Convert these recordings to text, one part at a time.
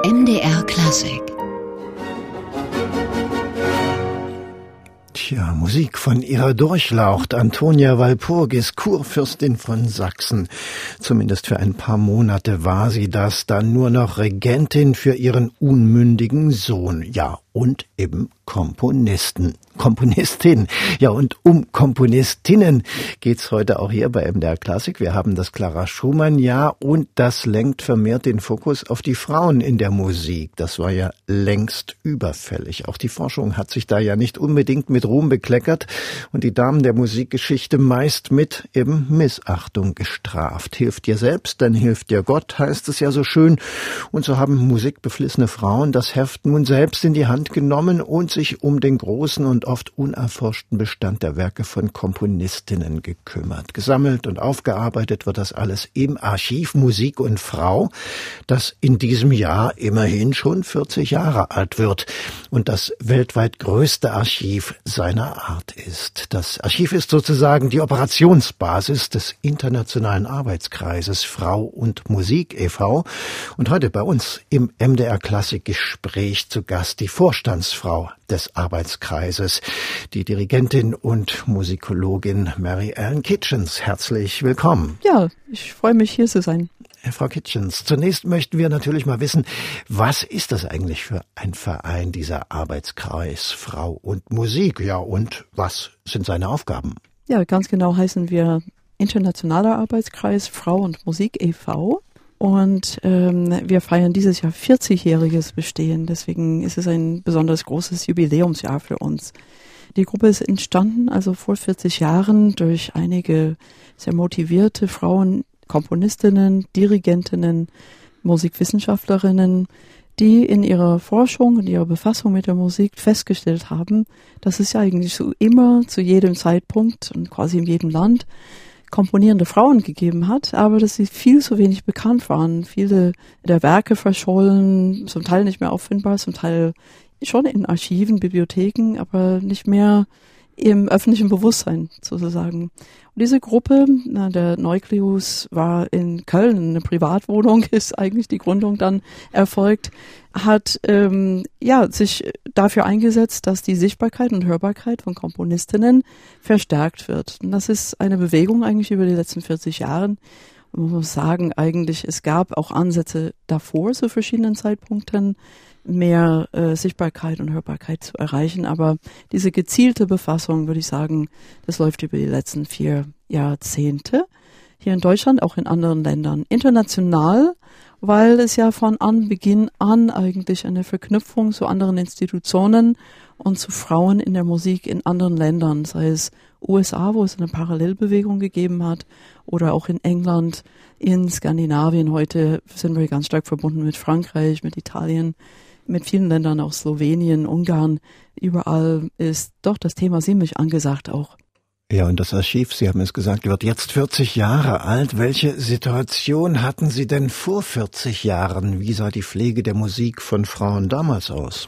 MDR Klassik. Tja, Musik von ihrer Durchlaucht, Antonia Walpurgis, Kurfürstin von Sachsen. Zumindest für ein paar Monate war sie das, dann nur noch Regentin für ihren unmündigen Sohn. Ja, und eben Komponistin. Ja, und um Komponistinnen geht's heute auch hier bei MDR Klassik. Wir haben das Clara Schumann-Jahr und das lenkt vermehrt den Fokus auf die Frauen in der Musik. Das war ja längst überfällig. Auch die Forschung hat sich da ja nicht unbedingt mit Ruhm bekleckert und die Damen der Musikgeschichte meist mit eben Missachtung gestraft. Hilft dir selbst, dann hilft dir Gott, heißt es ja so schön. Und so haben musikbeflissene Frauen das Heft nun selbst in die Hand genommen und sich um den großen und oft unerforschten Bestand der Werke von Komponistinnen gekümmert. Gesammelt und aufgearbeitet wird das alles im Archiv Musik und Frau, das in diesem Jahr immerhin schon 40 Jahre alt wird und das weltweit größte Archiv seiner Art ist. Das Archiv ist sozusagen die Operationsbasis des Internationalen Arbeitskreises Frau und Musik e.V. Und heute bei uns im MDR Klassik Gespräch zu Gast die Vorstandsfrau des Arbeitskreises, die Dirigentin und Musikologin Mary Ellen Kitchens. Herzlich willkommen. Ja, ich freue mich, hier zu sein. Frau Kitchens, zunächst möchten wir natürlich mal wissen, was ist das eigentlich für ein Verein, dieser Arbeitskreis Frau und Musik? Ja, und was sind seine Aufgaben? Ja, ganz genau heißen wir Internationaler Arbeitskreis Frau und Musik e.V. Und wir feiern dieses Jahr 40-jähriges Bestehen. Deswegen ist es ein besonders großes Jubiläumsjahr für uns. Die Gruppe ist entstanden also vor 40 Jahren durch einige sehr motivierte Frauen, Komponistinnen, Dirigentinnen, Musikwissenschaftlerinnen, die in ihrer Forschung und ihrer Befassung mit der Musik festgestellt haben, dass es ja eigentlich so immer zu jedem Zeitpunkt und quasi in jedem Land komponierende Frauen gegeben hat, aber dass sie viel zu wenig bekannt waren. Viele der Werke verschollen, zum Teil nicht mehr auffindbar, zum Teil schon in Archiven, Bibliotheken, aber nicht mehr im öffentlichen Bewusstsein sozusagen. Und diese Gruppe, der Neukleus war in Köln, eine Privatwohnung, ist eigentlich die Gründung dann erfolgt, hat sich dafür eingesetzt, dass die Sichtbarkeit und Hörbarkeit von Komponistinnen verstärkt wird. Und das ist eine Bewegung eigentlich über die letzten 40 Jahre. Und man muss sagen, eigentlich, es gab auch Ansätze davor zu verschiedenen Zeitpunkten, mehr Sichtbarkeit und Hörbarkeit zu erreichen. Aber diese gezielte Befassung, würde ich sagen, das läuft über die letzten 4 Jahrzehnte. Hier in Deutschland, auch in anderen Ländern. International, weil es ja von Beginn an eigentlich eine Verknüpfung zu anderen Institutionen und zu Frauen in der Musik in anderen Ländern, sei es USA, wo es eine Parallelbewegung gegeben hat, oder auch in England, in Skandinavien. Heute sind wir ganz stark verbunden mit Frankreich, mit Italien, mit vielen Ländern, auch Slowenien, Ungarn. Überall ist doch das Thema ziemlich angesagt auch. Ja, und das Archiv, Sie haben es gesagt, wird jetzt 40 Jahre alt. Welche Situation hatten Sie denn vor 40 Jahren? Wie sah die Pflege der Musik von Frauen damals aus?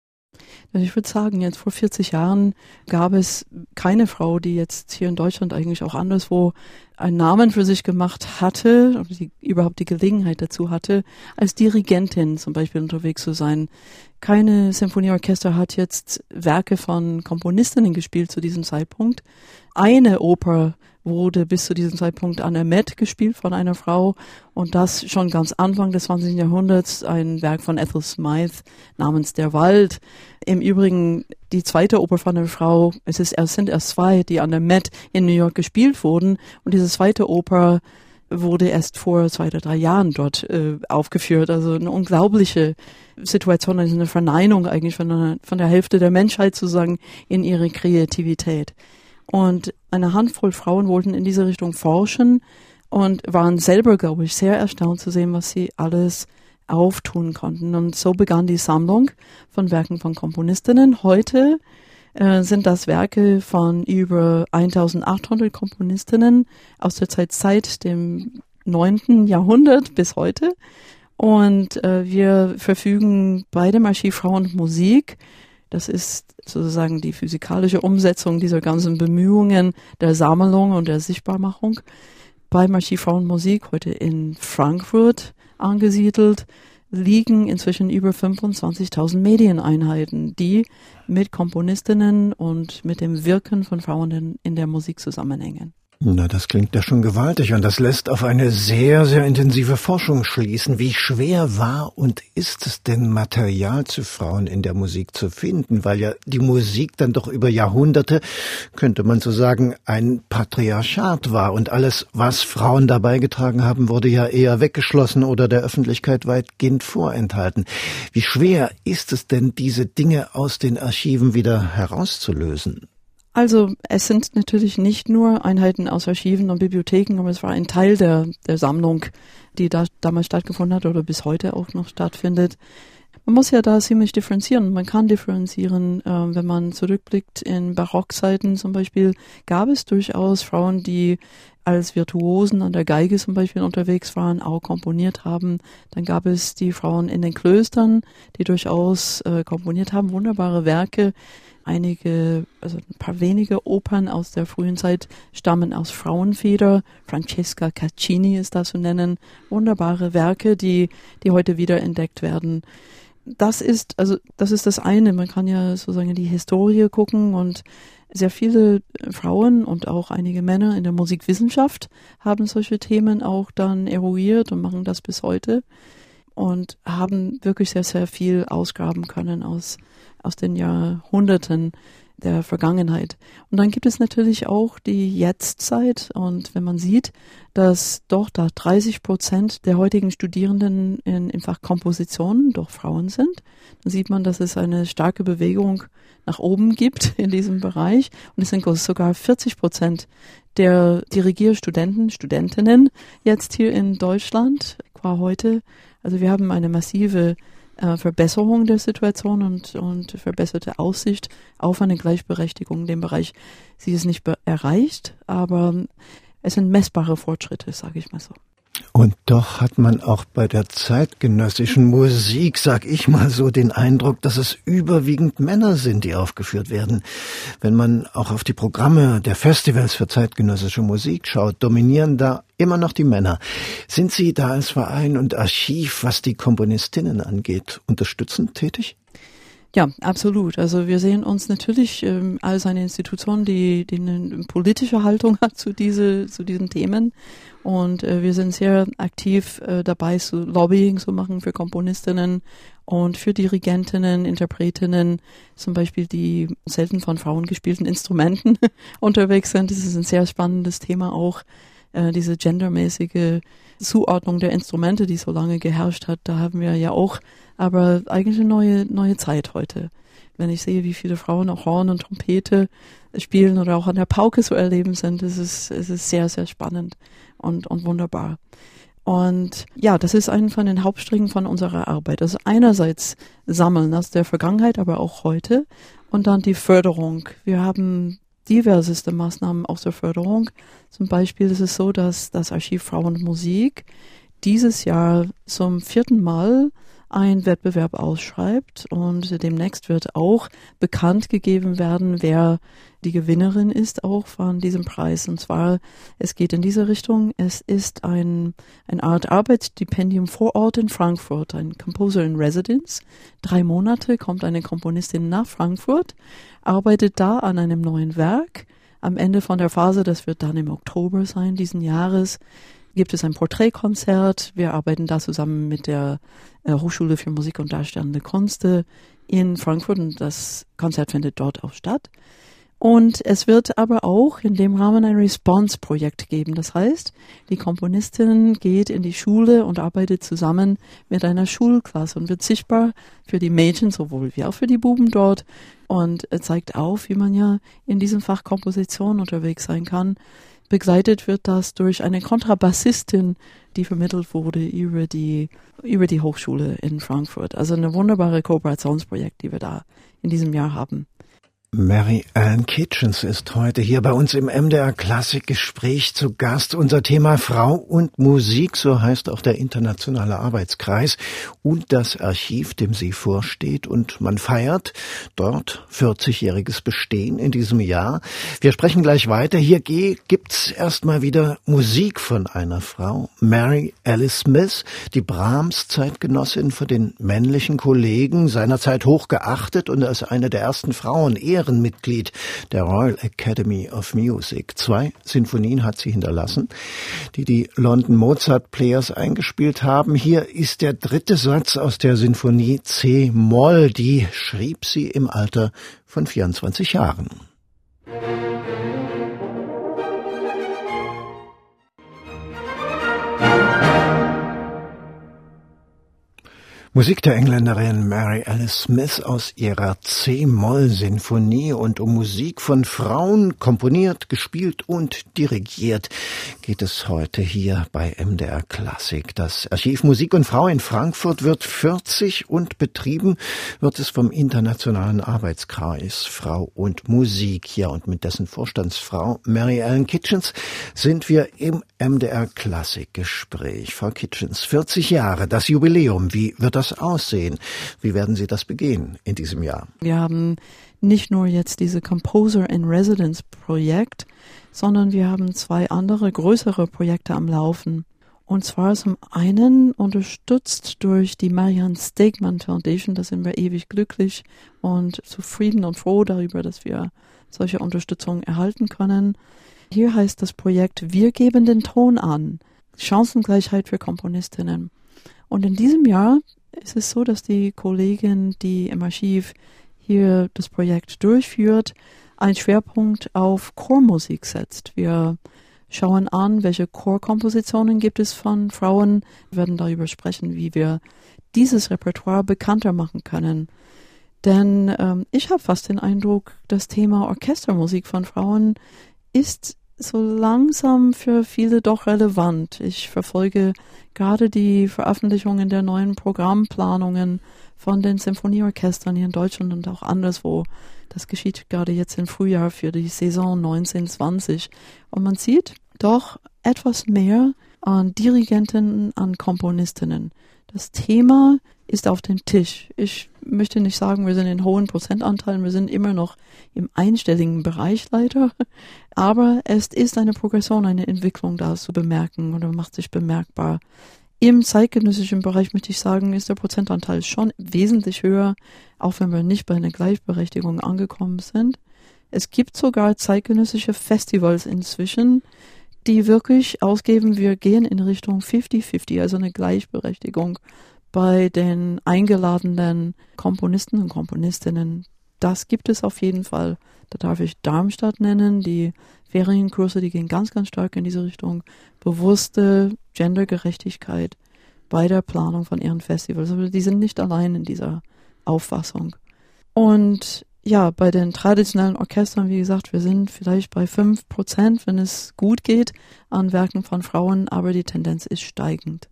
Ich würde sagen, jetzt vor 40 Jahren gab es keine Frau, die jetzt hier in Deutschland eigentlich auch anderswo einen Namen für sich gemacht hatte, die überhaupt die Gelegenheit dazu hatte, als Dirigentin zum Beispiel unterwegs zu sein. Keine Symphonieorchester hat jetzt Werke von Komponistinnen gespielt zu diesem Zeitpunkt. Eine Oper wurde bis zu diesem Zeitpunkt an der Met gespielt von einer Frau und das schon ganz Anfang des 20. Jahrhunderts, ein Werk von Ethel Smythe namens Der Wald. Im Übrigen die zweite Oper von einer Frau, es sind erst 2, die an der Met in New York gespielt wurden und diese zweite Oper wurde erst vor 2 oder 3 Jahren dort aufgeführt. Also eine unglaubliche Situation, also eine Verneinung eigentlich von der Hälfte der Menschheit sozusagen in ihre Kreativität. Und eine Handvoll Frauen wollten in diese Richtung forschen und waren selber, glaube ich, sehr erstaunt zu sehen, was sie alles auftun konnten. Und so begann die Sammlung von Werken von Komponistinnen. Heute sind das Werke von über 1800 Komponistinnen aus der Zeit seit dem 9. Jahrhundert bis heute. Und wir verfügen bei dem Archiv Frau und Musik, das ist sozusagen die physikalische Umsetzung dieser ganzen Bemühungen der Sammlung und der Sichtbarmachung, beim Archiv Frau und Musik heute in Frankfurt angesiedelt, liegen inzwischen über 25.000 Medieneinheiten, die mit Komponistinnen und mit dem Wirken von Frauen in der Musik zusammenhängen. Na, das klingt ja schon gewaltig und das lässt auf eine sehr, sehr intensive Forschung schließen. Wie schwer war und ist es denn, Material zu Frauen in der Musik zu finden? Weil ja die Musik dann doch über Jahrhunderte, könnte man so sagen, ein Patriarchat war und alles, was Frauen da beigetragen haben, wurde ja eher weggeschlossen oder der Öffentlichkeit weitgehend vorenthalten. Wie schwer ist es denn, diese Dinge aus den Archiven wieder herauszulösen? Also es sind natürlich nicht nur Einheiten aus Archiven und Bibliotheken, aber es war ein Teil der Sammlung, die da damals stattgefunden hat oder bis heute auch noch stattfindet. Man muss ja da ziemlich differenzieren. Man kann differenzieren, wenn man zurückblickt in Barockzeiten zum Beispiel, gab es durchaus Frauen, die als Virtuosen an der Geige zum Beispiel unterwegs waren, auch komponiert haben. Dann gab es die Frauen in den Klöstern, die durchaus komponiert haben, wunderbare Werke. Einige, also ein paar wenige Opern aus der frühen Zeit stammen aus Frauenfeder. Francesca Caccini ist da zu nennen. Wunderbare Werke, die heute wieder entdeckt werden. Das ist das eine. Man kann ja sozusagen in die Historie gucken und sehr viele Frauen und auch einige Männer in der Musikwissenschaft haben solche Themen auch dann eruiert und machen das bis heute und haben wirklich sehr, sehr viel ausgraben können aus den Jahrhunderten der Vergangenheit. Und dann gibt es natürlich auch die Jetztzeit. Und wenn man sieht, dass doch da 30% der heutigen Studierenden im Fach Komposition doch Frauen sind, dann sieht man, dass es eine starke Bewegung nach oben gibt in diesem Bereich. Und es sind sogar 40% der Dirigierstudenten, Studentinnen jetzt hier in Deutschland qua heute. Also wir haben eine massive Verbesserung der Situation und verbesserte Aussicht auf eine Gleichberechtigung in dem Bereich. Sie ist nicht erreicht, aber es sind messbare Fortschritte, sage ich mal so. Und doch hat man auch bei der zeitgenössischen Musik, sag ich mal so, den Eindruck, dass es überwiegend Männer sind, die aufgeführt werden. Wenn man auch auf die Programme der Festivals für zeitgenössische Musik schaut, dominieren da immer noch die Männer. Sind Sie da als Verein und Archiv, was die Komponistinnen angeht, unterstützend tätig? Ja, absolut. Also wir sehen uns natürlich als eine Institution, die eine politische Haltung hat zu diesen Themen. Und wir sind sehr aktiv dabei, Lobbying zu machen für Komponistinnen und für Dirigentinnen, Interpretinnen, zum Beispiel die selten von Frauen gespielten Instrumenten unterwegs sind. Das ist ein sehr spannendes Thema auch, diese gendermäßige Zuordnung der Instrumente, die so lange geherrscht hat. Da haben wir ja auch aber eigentlich eine neue Zeit heute. Wenn ich sehe, wie viele Frauen auch Horn und Trompete spielen oder auch an der Pauke zu erleben sind, es ist sehr, sehr spannend und wunderbar. Und ja, das ist ein von den Hauptsträngen von unserer Arbeit. Also einerseits Sammeln aus der Vergangenheit, aber auch heute und dann die Förderung. Wir haben diverseste Maßnahmen aus der Förderung. Zum Beispiel ist es so, dass das Archiv Frauen und Musik dieses Jahr zum 4. Mal einen Wettbewerb ausschreibt und demnächst wird auch bekannt gegeben werden, wer die Gewinnerin ist auch von diesem Preis. Und zwar, es geht in diese Richtung, es ist eine Art Arbeitsstipendium vor Ort in Frankfurt, ein Composer in Residence. 3 Monate kommt eine Komponistin nach Frankfurt, arbeitet da an einem neuen Werk. Am Ende von der Phase, das wird dann im Oktober sein, diesen Jahres, gibt es ein Porträtkonzert. Wir arbeiten da zusammen mit der Hochschule für Musik und Darstellende Künste in Frankfurt und das Konzert findet dort auch statt. Und es wird aber auch in dem Rahmen ein Response-Projekt geben. Das heißt, die Komponistin geht in die Schule und arbeitet zusammen mit einer Schulklasse und wird sichtbar für die Mädchen sowohl wie auch für die Buben dort und zeigt auf, wie man ja in diesem Fach Komposition unterwegs sein kann. Begleitet wird das durch eine Kontrabassistin, die vermittelt wurde über die Hochschule in Frankfurt. Also eine wunderbare Kooperationsprojekt, die wir da in diesem Jahr haben. Mary Ellen Kitchens ist heute hier bei uns im MDR Klassikgespräch zu Gast. Unser Thema Frau und Musik, so heißt auch der Internationale Arbeitskreis und das Archiv, dem sie vorsteht. Und man feiert dort 40-jähriges Bestehen in diesem Jahr. Wir sprechen gleich weiter. Hier gibt's erstmal wieder Musik von einer Frau, Mary Alice Smith, die Brahms-Zeitgenossin von den männlichen Kollegen, seinerzeit hoch geachtet und als eine der ersten Frauen Ehrenmitglied der Royal Academy of Music. 2 Sinfonien hat sie hinterlassen, die London Mozart Players eingespielt haben. Hier ist der 3. Satz aus der Sinfonie C-Moll. Die schrieb sie im Alter von 24 Jahren. Musik der Engländerin Mary Alice Smith aus ihrer C-Moll-Sinfonie, und um Musik von Frauen komponiert, gespielt und dirigiert geht es heute hier bei MDR Klassik. Das Archiv Musik und Frau in Frankfurt wird 40 und betrieben wird es vom Internationalen Arbeitskreis Frau und Musik. Ja, und mit dessen Vorstandsfrau Mary Ellen Kitchens sind wir im MDR Klassikgespräch. Frau Kitchens, 40 Jahre, das Jubiläum, wie wird das aussehen? Wie werden Sie das begehen in diesem Jahr? Wir haben nicht nur jetzt diese Composer in Residence Projekt, sondern wir haben 2 andere größere Projekte am Laufen. Und zwar zum einen unterstützt durch die Marianne Stegman Foundation. Da sind wir ewig glücklich und zufrieden und froh darüber, dass wir solche Unterstützung erhalten können. Hier heißt das Projekt Wir geben den Ton an. Chancengleichheit für Komponistinnen. Und in diesem Jahr ist es so, dass die Kollegin, die im Archiv hier das Projekt durchführt, einen Schwerpunkt auf Chormusik setzt. Wir schauen an, welche Chorkompositionen gibt es von Frauen. Wir werden darüber sprechen, wie wir dieses Repertoire bekannter machen können. Denn ich habe fast den Eindruck, das Thema Orchestermusik von Frauen ist so langsam für viele doch relevant. Ich verfolge gerade die Veröffentlichungen der neuen Programmplanungen von den Symphonieorchestern hier in Deutschland und auch anderswo. Das geschieht gerade jetzt im Frühjahr für die Saison 1920. Und man sieht doch etwas mehr an Dirigenten, an Komponistinnen. Das Thema ist auf dem Tisch. Ich möchte nicht sagen, wir sind in hohen Prozentanteilen, wir sind immer noch im einstelligen Bereich leider, aber es ist eine Progression, eine Entwicklung da zu bemerken oder macht sich bemerkbar. Im zeitgenössischen Bereich möchte ich sagen, ist der Prozentanteil schon wesentlich höher, auch wenn wir nicht bei einer Gleichberechtigung angekommen sind. Es gibt sogar zeitgenössische Festivals inzwischen, die wirklich ausgeben, wir gehen in Richtung 50-50, also eine Gleichberechtigung bei den eingeladenen Komponisten und Komponistinnen. Das gibt es auf jeden Fall. Da darf ich Darmstadt nennen. Die Ferienkurse, die gehen ganz, ganz stark in diese Richtung. Bewusste Gendergerechtigkeit bei der Planung von ihren Festivals. Aber die sind nicht allein in dieser Auffassung. Und ja, bei den traditionellen Orchestern, wie gesagt, wir sind vielleicht bei 5%, wenn es gut geht, an Werken von Frauen, aber die Tendenz ist steigend.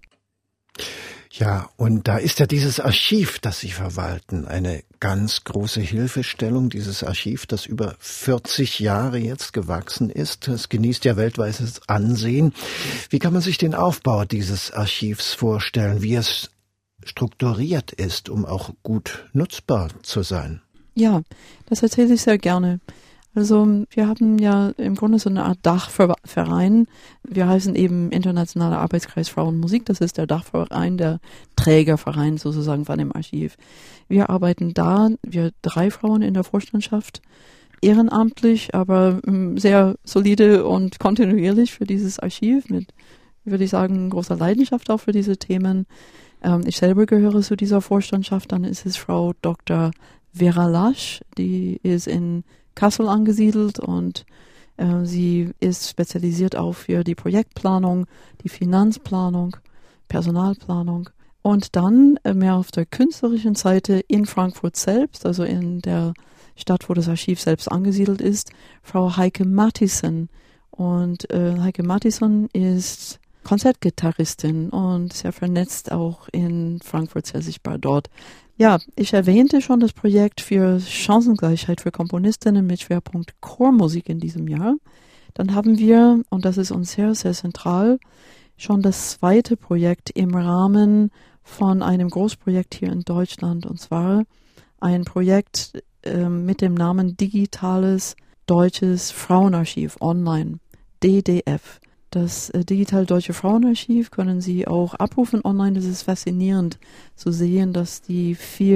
Ja, und da ist ja dieses Archiv, das Sie verwalten, eine ganz große Hilfestellung. Dieses Archiv, das über 40 Jahre jetzt gewachsen ist. Es genießt ja weltweites Ansehen. Wie kann man sich den Aufbau dieses Archivs vorstellen, wie es strukturiert ist, um auch gut nutzbar zu sein? Ja, das erzähle ich sehr gerne. Also wir haben ja im Grunde so eine Art Dachverein. Wir heißen eben Internationaler Arbeitskreis Frau und Musik. Das ist der Dachverein, der Trägerverein sozusagen von dem Archiv. Wir arbeiten da, wir 3 Frauen in der Vorstandschaft, ehrenamtlich, aber sehr solide und kontinuierlich für dieses Archiv mit, würde ich sagen, großer Leidenschaft auch für diese Themen. Ich selber gehöre zu dieser Vorstandschaft. Dann ist es Frau Dr. Vera Lasch, die ist in Kassel angesiedelt und sie ist spezialisiert auch für die Projektplanung, die Finanzplanung, Personalplanung und dann mehr auf der künstlerischen Seite in Frankfurt selbst, also in der Stadt, wo das Archiv selbst angesiedelt ist, Frau Heike Mattison. Und Heike Mattison ist Konzertgitarristin und sehr vernetzt auch in Frankfurt, sehr sichtbar dort. Ja, ich erwähnte schon das Projekt für Chancengleichheit für Komponistinnen mit Schwerpunkt Chormusik in diesem Jahr. Dann haben wir, und das ist uns sehr, sehr zentral, schon das zweite Projekt im Rahmen von einem Großprojekt hier in Deutschland, und zwar ein Projekt mit dem Namen Digitales Deutsches Frauenarchiv online, DDF. Das Digital Deutsche Frauenarchiv können Sie auch abrufen online. Das ist faszinierend zu sehen, dass die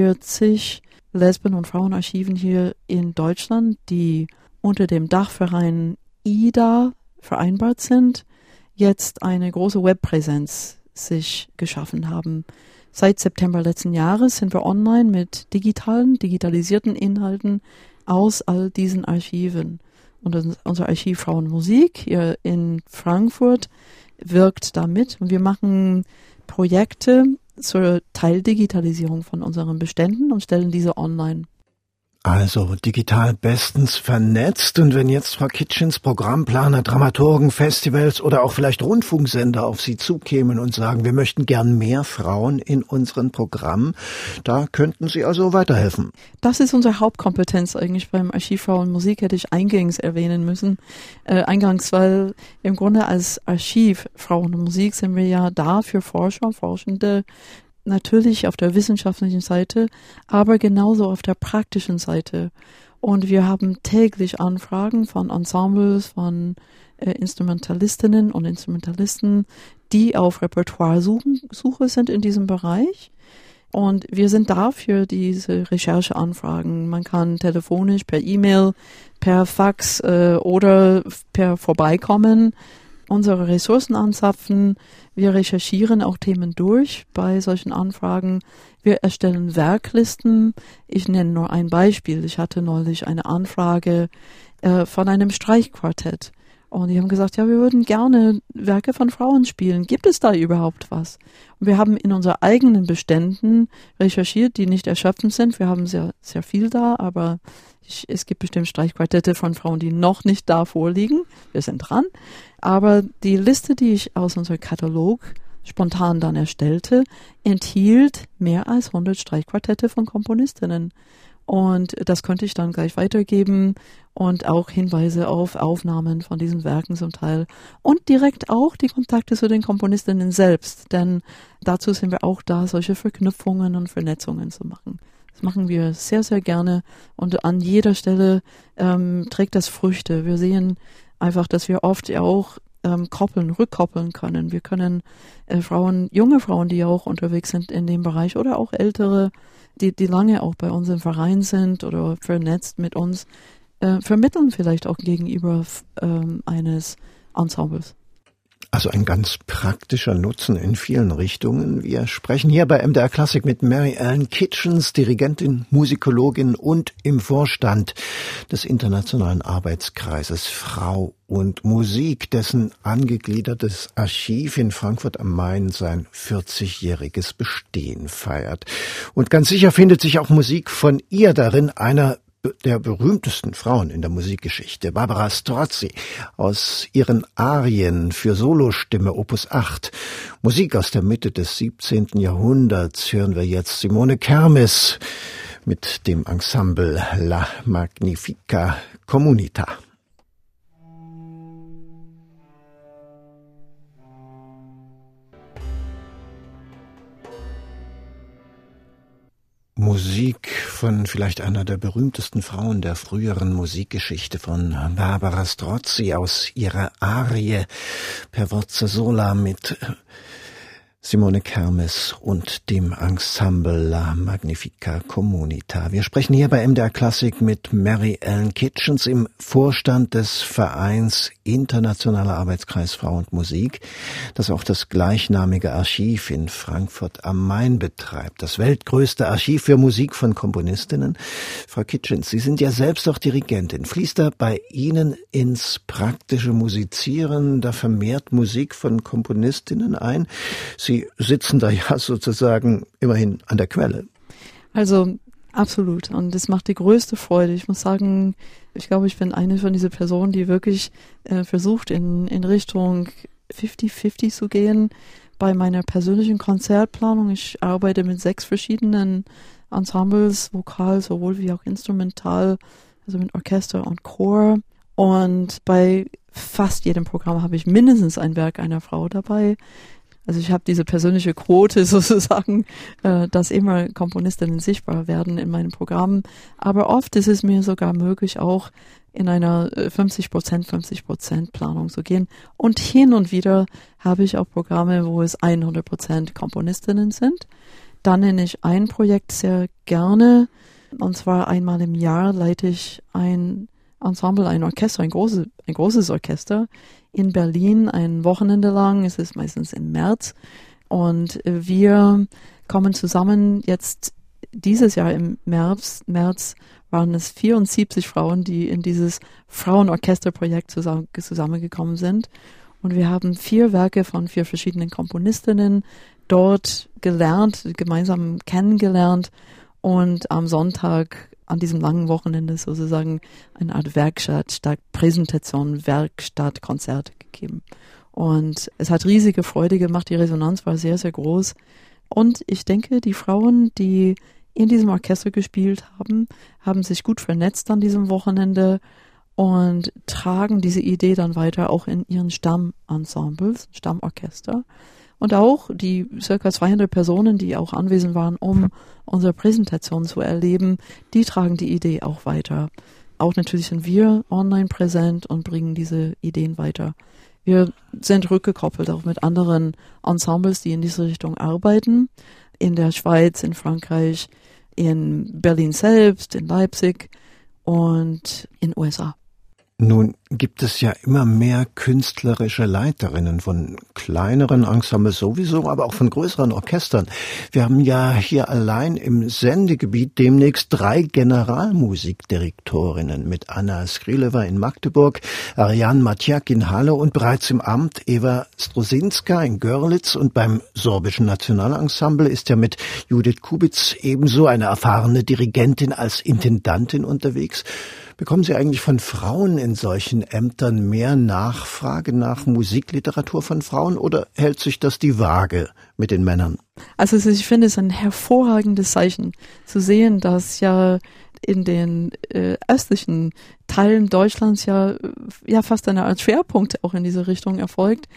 40 Lesben- und Frauenarchiven hier in Deutschland, die unter dem Dachverein IDA vereinbart sind, jetzt eine große Webpräsenz sich geschaffen haben. Seit September letzten Jahres sind wir online mit digitalisierten Inhalten aus all diesen Archiven. Und unser Archiv Frauenmusik hier in Frankfurt wirkt damit. Und wir machen Projekte zur Teildigitalisierung von unseren Beständen und stellen diese online. Also digital bestens vernetzt. Und wenn jetzt Frau Kitchens Programmplaner, Dramaturgen, Festivals oder auch vielleicht Rundfunksender auf Sie zukämen und sagen, wir möchten gern mehr Frauen in unseren Programmen, da könnten Sie also weiterhelfen. Das ist unsere Hauptkompetenz eigentlich beim Archiv Frauenmusik, hätte ich eingangs erwähnen müssen. Weil im Grunde als Archiv Frauenmusik sind wir ja da für Forscher, Forschende, natürlich auf der wissenschaftlichen Seite, aber genauso auf der praktischen Seite. Und wir haben täglich Anfragen von Ensembles, von Instrumentalistinnen und Instrumentalisten, die auf Repertoiresuche sind in diesem Bereich. Und wir sind da für diese Rechercheanfragen. Man kann telefonisch, per E-Mail, per Fax oder per Vorbeikommen unsere Ressourcen anzapfen. Wir recherchieren auch Themen durch bei solchen Anfragen. Wir erstellen Werklisten. Ich nenne nur ein Beispiel. Ich hatte neulich eine Anfrage von einem Streichquartett. Und die haben gesagt, ja, wir würden gerne Werke von Frauen spielen. Gibt es da überhaupt was? Und wir haben in unseren eigenen Beständen recherchiert, die nicht erschöpfend sind. Wir haben sehr, sehr viel da, aber es gibt bestimmt Streichquartette von Frauen, die noch nicht da vorliegen. Wir sind dran. Aber die Liste, die ich aus unserem Katalog spontan dann erstellte, enthielt mehr als 100 Streichquartette von Komponistinnen. Und das konnte ich dann gleich weitergeben und auch Hinweise auf Aufnahmen von diesen Werken zum Teil. Und direkt auch die Kontakte zu den Komponistinnen selbst, denn dazu sind wir auch da, solche Verknüpfungen und Vernetzungen zu machen. Das machen wir sehr, sehr gerne und an jeder Stelle trägt das Früchte. Wir sehen einfach, dass wir oft ja auch rückkoppeln können. Wir können junge Frauen, die auch unterwegs sind in dem Bereich oder auch ältere, die lange auch bei uns im Verein sind oder vernetzt mit uns, vermitteln vielleicht auch gegenüber eines Ensembles. Also ein ganz praktischer Nutzen in vielen Richtungen. Wir sprechen hier bei MDR Klassik mit Mary Ellen Kitchens, Dirigentin, Musikologin und im Vorstand des Internationalen Arbeitskreises Frau und Musik, dessen angegliedertes Archiv in Frankfurt am Main sein 40-jähriges Bestehen feiert. Und ganz sicher findet sich auch Musik von ihr darin, einer der berühmtesten Frauen in der Musikgeschichte, Barbara Strozzi, aus ihren Arien für Solostimme Opus 8. Musik aus der Mitte des 17. Jahrhunderts hören wir jetzt Simone Kermes mit dem Ensemble La Magnifica Comunità. Musik von vielleicht einer der berühmtesten Frauen der früheren Musikgeschichte, von Barbara Strozzi aus ihrer Arie per Voce Sola mit Simone Kermes und dem Ensemble La Magnifica Comunità. Wir sprechen hier bei MDR Klassik mit Mary Ellen Kitchens im Vorstand des Vereins Internationaler Arbeitskreis Frau und Musik, das auch das gleichnamige Archiv in Frankfurt am Main betreibt. Das weltgrößte Archiv für Musik von Komponistinnen. Frau Kitchens, Sie sind ja selbst auch Dirigentin. Fließt da bei Ihnen ins praktische Musizieren da vermehrt Musik von Komponistinnen ein? Sie sitzen da ja sozusagen immerhin an der Quelle. Also absolut. Und es macht die größte Freude. Ich muss sagen, ich glaube, ich bin eine von diesen Personen, die wirklich versucht, in Richtung 50-50 zu gehen. bei meiner persönlichen Konzertplanung. Ich arbeite mit 6 verschiedenen Ensembles, vokal sowohl wie auch instrumental, also mit Orchester und Chor. Und bei fast jedem Programm habe ich mindestens ein Werk einer Frau dabei. Also ich habe diese persönliche Quote sozusagen, dass immer Komponistinnen sichtbar werden in meinem Programm. Aber oft ist es mir sogar möglich, auch in einer 50% Planung zu gehen. Und hin und wieder habe ich auch Programme, wo es 100% Komponistinnen sind. Dann nenne ich ein Projekt sehr gerne. Und zwar einmal im Jahr leite ich ein Ensemble, ein Orchester, ein großes Orchester in Berlin, ein Wochenende lang. Es ist meistens im März. Und wir kommen zusammen jetzt dieses Jahr im März waren es 74 Frauen, die in dieses Frauenorchesterprojekt zusammengekommen sind. Und wir haben 4 Werke von 4 verschiedenen Komponistinnen dort gelernt, gemeinsam kennengelernt und am Sonntag an diesem langen Wochenende sozusagen eine Art Werkstatt statt Präsentation, Werkstatt, Konzert gegeben. Und es hat riesige Freude gemacht, die Resonanz war sehr, sehr groß. Und ich denke, die Frauen, die in diesem Orchester gespielt haben sich gut vernetzt an diesem Wochenende und tragen diese Idee dann weiter auch in ihren Stammensembles, Stammorchester. Und auch die circa 200 Personen, die auch anwesend waren, um unsere Präsentation zu erleben, die tragen die Idee auch weiter. Auch natürlich sind wir online präsent und bringen diese Ideen weiter. Wir sind rückgekoppelt auch mit anderen Ensembles, die in diese Richtung arbeiten. In der Schweiz, in Frankreich, in Berlin selbst, in Leipzig und in USA. Nun gibt es ja immer mehr künstlerische Leiterinnen von kleineren Ensembles sowieso, aber auch von größeren Orchestern. Wir haben ja hier allein im Sendegebiet demnächst 3 Generalmusikdirektorinnen mit Anna Skrileva in Magdeburg, Ariane Matjak in Halle und bereits im Amt Eva Strosinska in Görlitz. Und beim Sorbischen Nationalensemble ist ja mit Judith Kubitz ebenso eine erfahrene Dirigentin als Intendantin unterwegs. Bekommen Sie eigentlich von Frauen in solchen Ämtern mehr Nachfrage nach Musikliteratur von Frauen oder hält sich das die Waage mit den Männern? Also ich finde es ein hervorragendes Zeichen zu sehen, dass ja in den östlichen Teilen Deutschlands ja fast eine Art Schwerpunkt auch in diese Richtung erfolgt.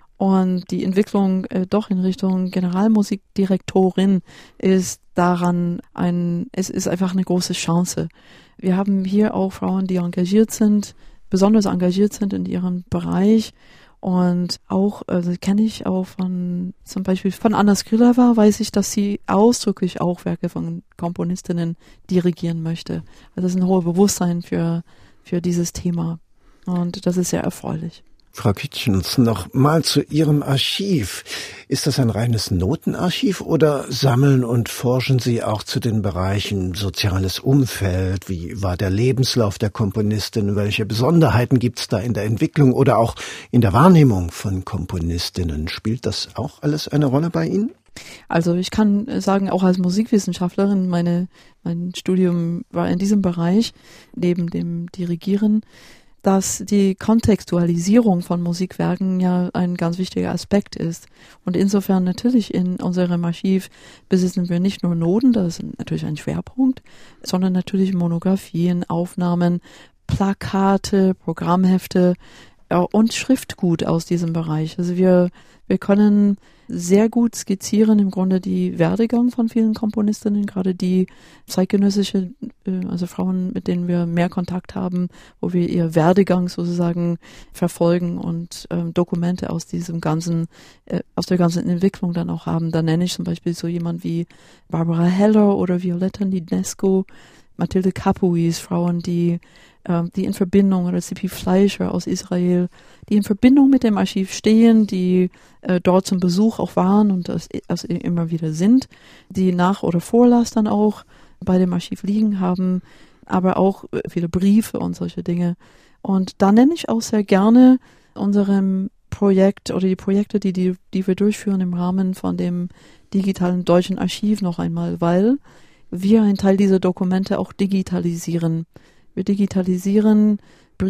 Und die Entwicklung doch in Richtung Generalmusikdirektorin ist daran es ist einfach eine große Chance. Wir haben hier auch Frauen, die besonders engagiert sind in ihrem Bereich. Und auch, kenne ich auch zum Beispiel von Anna Skrileva, weiß ich, dass sie ausdrücklich auch Werke von Komponistinnen dirigieren möchte. Also das ist ein hohes Bewusstsein für dieses Thema. Und das ist sehr erfreulich. Frau Kitchens, noch mal zu Ihrem Archiv. Ist das ein reines Notenarchiv oder sammeln und forschen Sie auch zu den Bereichen soziales Umfeld? Wie war der Lebenslauf der Komponistin? Welche Besonderheiten gibt es da in der Entwicklung oder auch in der Wahrnehmung von Komponistinnen? Spielt das auch alles eine Rolle bei Ihnen? Also ich kann sagen, auch als Musikwissenschaftlerin, mein Studium war in diesem Bereich, neben dem Dirigieren, dass die Kontextualisierung von Musikwerken ja ein ganz wichtiger Aspekt ist. Und insofern natürlich in unserem Archiv besitzen wir nicht nur Noten, das ist natürlich ein Schwerpunkt, sondern natürlich Monographien, Aufnahmen, Plakate, Programmhefte und Schriftgut aus diesem Bereich. Also wir können sehr gut skizzieren im Grunde die Werdegang von vielen Komponistinnen, gerade die zeitgenössische, also Frauen, mit denen wir mehr Kontakt haben, wo wir ihr Werdegang sozusagen verfolgen und Dokumente aus diesem ganzen, aus der ganzen Entwicklung dann auch haben. Da nenne ich zum Beispiel so jemand wie Barbara Heller oder Violetta Nidnesco, Mathilde Capuis, Frauen, die in Verbindung, oder C.P. Fleischer aus Israel, die in Verbindung mit dem Archiv stehen, die dort zum Besuch auch waren und das immer wieder sind, die Nach- oder Vorlass dann auch bei dem Archiv liegen haben, aber auch viele Briefe und solche Dinge. Und da nenne ich auch sehr gerne unserem Projekt oder die Projekte, die wir durchführen im Rahmen von dem digitalen deutschen Archiv noch einmal, weil wir einen Teil dieser Dokumente auch digitalisieren. Wir digitalisieren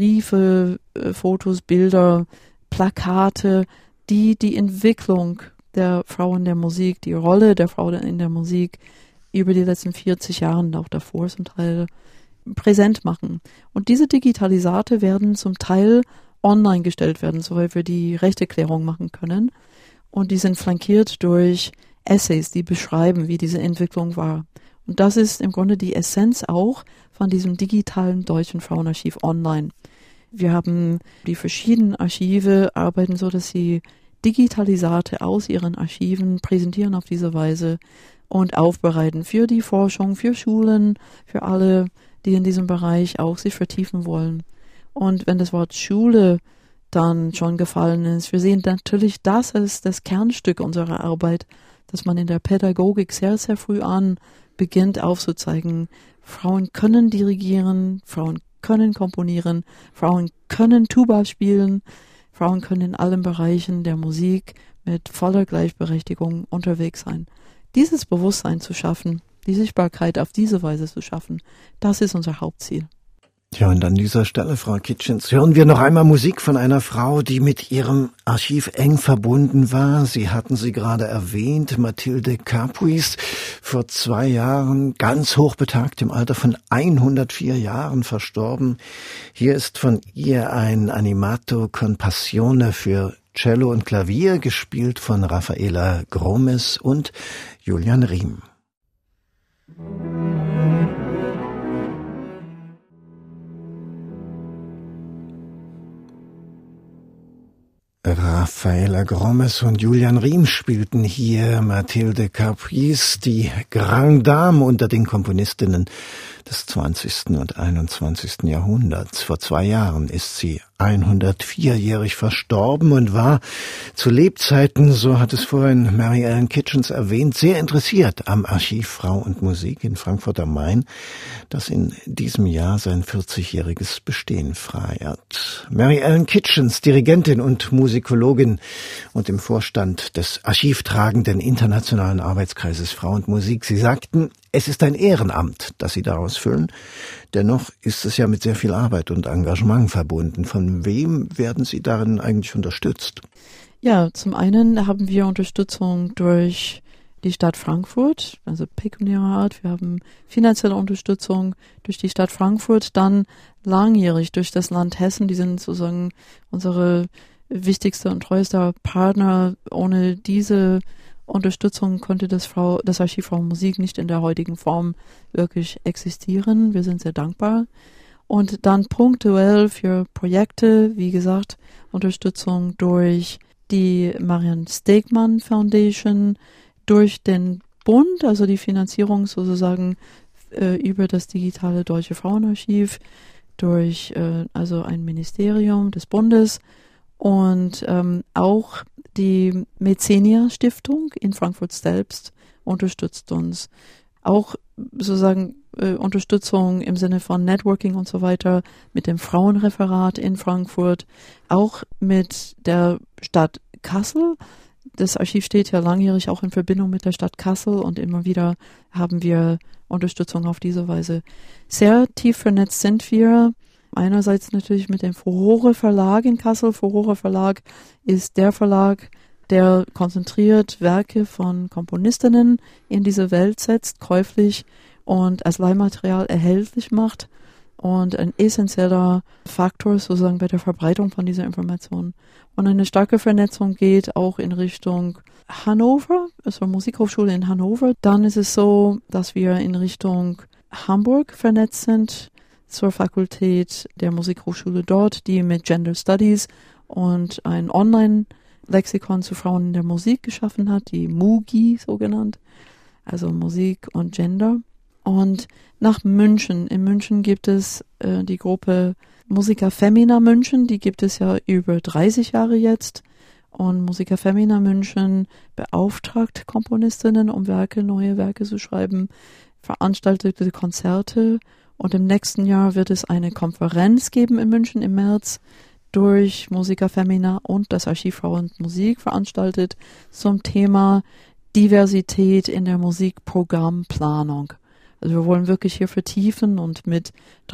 Briefe, Fotos, Bilder, Plakate, die Entwicklung der Frau in der Musik, die Rolle der Frau in der Musik über die letzten 40 Jahre und auch davor zum Teil präsent machen. Und diese Digitalisate werden zum Teil online gestellt werden, so weil wir die Rechteklärung machen können. Und die sind flankiert durch Essays, die beschreiben, wie diese Entwicklung war. Und das ist im Grunde die Essenz auch von diesem digitalen Deutschen Frauenarchiv online. Wir haben die verschiedenen Archive, arbeiten so, dass sie Digitalisate aus ihren Archiven präsentieren auf diese Weise und aufbereiten für die Forschung, für Schulen, für alle, die in diesem Bereich auch sich vertiefen wollen. Und wenn das Wort Schule dann schon gefallen ist, wir sehen natürlich, das ist das Kernstück unserer Arbeit, dass man in der Pädagogik sehr, sehr früh an beginnt aufzuzeigen, Frauen können dirigieren, Frauen können komponieren, Frauen können Tuba spielen, Frauen können in allen Bereichen der Musik mit voller Gleichberechtigung unterwegs sein. Dieses Bewusstsein zu schaffen, die Sichtbarkeit auf diese Weise zu schaffen, das ist unser Hauptziel. Ja, und an dieser Stelle, Frau Kitchens, hören wir noch einmal Musik von einer Frau, die mit ihrem Archiv eng verbunden war. Sie hatten sie gerade erwähnt, Mathilde Capuis, vor 2 Jahren ganz hochbetagt, im Alter von 104 Jahren verstorben. Hier ist von ihr ein Animato con Passione für Cello und Klavier, gespielt von Raffaella Gromes und Julian Riem. Raffaella Gromes und Julian Riem spielten hier Mathilde Capuis, die Grande Dame unter den Komponistinnen des 20. und 21. Jahrhunderts. Vor 2 Jahren ist sie 104-jährig verstorben und war zu Lebzeiten, so hat es vorhin Mary Ellen Kitchens erwähnt, sehr interessiert am Archiv Frau und Musik in Frankfurt am Main, das in diesem Jahr sein 40-jähriges Bestehen feiert. Mary Ellen Kitchens, Dirigentin und Musikologin und im Vorstand des archivtragenden Internationalen Arbeitskreises Frau und Musik. Sie sagten, es ist ein Ehrenamt, das Sie daraus füllen. Dennoch ist es ja mit sehr viel Arbeit und Engagement verbunden. Von wem werden Sie darin eigentlich unterstützt? Ja, zum einen haben wir Unterstützung durch die Stadt Frankfurt, also pekuniärer Art. Wir haben finanzielle Unterstützung durch die Stadt Frankfurt, dann langjährig durch das Land Hessen. Die sind sozusagen unsere wichtigste und treueste Partner. Ohne diese Unterstützung konnte das Archiv Frau und Musik nicht in der heutigen Form wirklich existieren. Wir sind sehr dankbar. Und dann punktuell für Projekte, wie gesagt, Unterstützung durch die Marian Stegmann Foundation, durch den Bund, also die Finanzierung sozusagen über das digitale Deutsche Frauenarchiv, durch also ein Ministerium des Bundes und auch die Mäzenia Stiftung in Frankfurt selbst unterstützt uns. Auch sozusagen Unterstützung im Sinne von Networking und so weiter mit dem Frauenreferat in Frankfurt, auch mit der Stadt Kassel. Das Archiv steht ja langjährig auch in Verbindung mit der Stadt Kassel und immer wieder haben wir Unterstützung auf diese Weise. Sehr tief vernetzt sind wir. Einerseits natürlich mit dem Furore Verlag in Kassel. Furore Verlag ist der Verlag, der konzentriert Werke von Komponistinnen in diese Welt setzt, käuflich und als Leihmaterial erhältlich macht und ein essentieller Faktor sozusagen bei der Verbreitung von dieser Information. Und eine starke Vernetzung geht auch in Richtung Hannover, also Musikhochschule in Hannover. Dann ist es so, dass wir in Richtung Hamburg vernetzt sind zur Fakultät der Musikhochschule dort, die mit Gender Studies und ein Online-Lexikon zu Frauen in der Musik geschaffen hat, die MUGI so genannt, also Musik und Gender. Und nach München. In München gibt es die Gruppe Musica Femina München, die gibt es ja über 30 Jahre jetzt. Und Musica Femina München beauftragt Komponistinnen, um neue Werke zu schreiben, veranstaltete Konzerte. Und im nächsten Jahr wird es eine Konferenz geben in München im März durch Musica Femina und das Archiv Frau und Musik veranstaltet zum Thema Diversität in der Musikprogrammplanung. Also wir wollen wirklich hier vertiefen und mit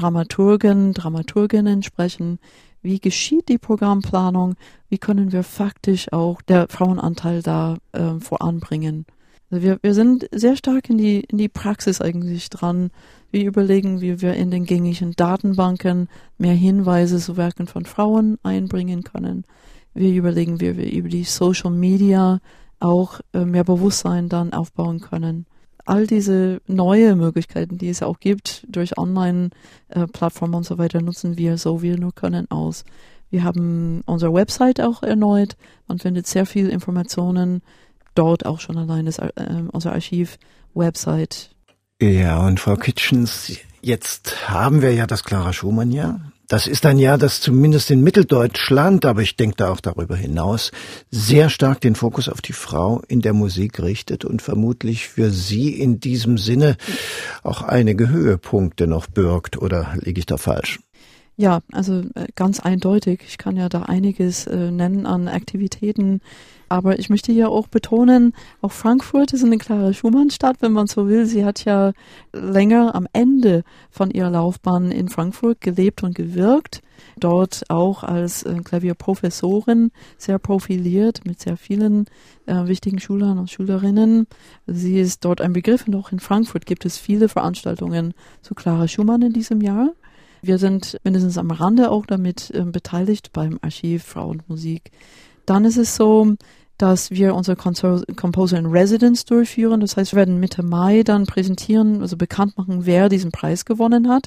Dramaturginnen sprechen. Wie geschieht die Programmplanung? Wie können wir faktisch auch der Frauenanteil da voranbringen? Also wir sind sehr stark in die Praxis eigentlich dran. Wir überlegen, wie wir in den gängigen Datenbanken mehr Hinweise zu Werken von Frauen einbringen können. Wir überlegen, wie wir über die Social Media auch mehr Bewusstsein dann aufbauen können. All diese neue Möglichkeiten, die es auch gibt, durch Online-Plattformen und so weiter, nutzen wir so wir nur können aus. Wir haben unsere Website auch erneut. Man findet sehr viel Informationen dort, auch schon allein unser Archiv-Website. Ja, und Frau Kitchens, jetzt haben wir ja das Clara-Schumann-Jahr. Das ist ein Jahr, das zumindest in Mitteldeutschland, aber ich denke da auch darüber hinaus, sehr stark den Fokus auf die Frau in der Musik richtet und vermutlich für Sie in diesem Sinne auch einige Höhepunkte noch birgt. Oder liege ich da falsch? Ja, also ganz eindeutig. Ich kann ja da einiges nennen an Aktivitäten. Aber ich möchte hier auch betonen, auch Frankfurt ist eine Clara-Schumann-Stadt, wenn man so will. Sie hat ja länger am Ende von ihrer Laufbahn in Frankfurt gelebt und gewirkt. Dort auch als Klavierprofessorin sehr profiliert mit sehr vielen wichtigen Schülern und Schülerinnen. Sie ist dort ein Begriff und auch in Frankfurt gibt es viele Veranstaltungen zu Clara Schumann in diesem Jahr. Wir sind mindestens am Rande auch damit beteiligt beim Archiv Frau und Musik. Dann ist es so, dass wir unsere Composer in Residence durchführen. Das heißt, wir werden Mitte Mai dann präsentieren, also bekannt machen, wer diesen Preis gewonnen hat.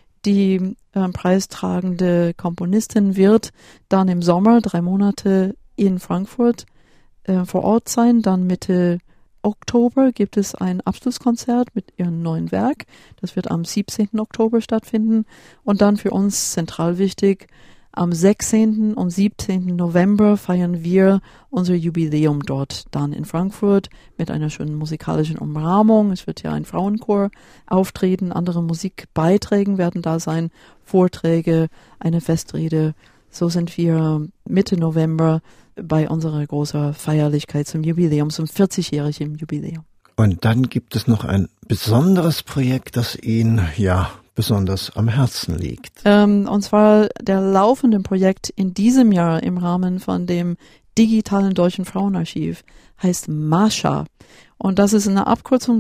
Die preistragende Komponistin wird dann im Sommer 3 Monate in Frankfurt vor Ort sein. Dann Mitte Oktober gibt es ein Abschlusskonzert mit ihrem neuen Werk. Das wird am 17. Oktober stattfinden. Und dann für uns zentral wichtig, am 16. und 17. November feiern wir unser Jubiläum dort dann in Frankfurt mit einer schönen musikalischen Umrahmung. Es wird ja ein Frauenchor auftreten, andere Musikbeiträge werden da sein, Vorträge, eine Festrede. So sind wir Mitte November bei unserer großen Feierlichkeit zum Jubiläum, zum 40-jährigen Jubiläum. Und dann gibt es noch ein besonderes Projekt, das Ihnen besonders am Herzen liegt. Und zwar der laufende Projekt in diesem Jahr im Rahmen von dem digitalen Deutschen Frauenarchiv heißt Mascha. Und das ist eine Abkürzung,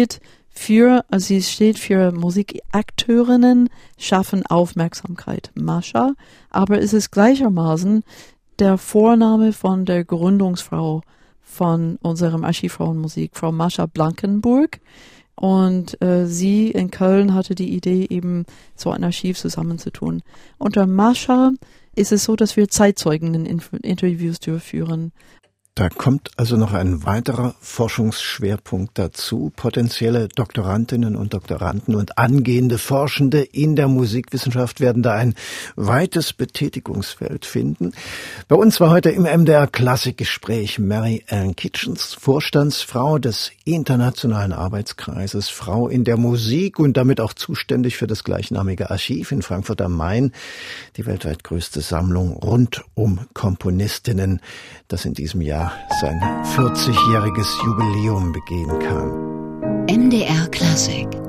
sie steht für Musikakteurinnen schaffen Aufmerksamkeit. Mascha. Aber es ist gleichermaßen der Vorname von der Gründungsfrau von unserem Archiv Frauenmusik, Frau Mascha Blankenburg. Und sie in Köln hatte die Idee, eben so ein Archiv zusammenzutun. Unter Mascha ist es so, dass wir Zeitzeugen-Interviews durchführen. Da kommt also noch ein weiterer Forschungsschwerpunkt dazu. Potenzielle Doktorandinnen und Doktoranden und angehende Forschende in der Musikwissenschaft werden da ein weites Betätigungsfeld finden. Bei uns war heute im MDR Klassikgespräch Mary Ellen Kitchens, Vorstandsfrau des Internationalen Arbeitskreises Frau in der Musik und damit auch zuständig für das gleichnamige Archiv in Frankfurt am Main, die weltweit größte Sammlung rund um Komponistinnen, das in diesem Jahr sein 40-jähriges Jubiläum begehen kann. MDR Klassik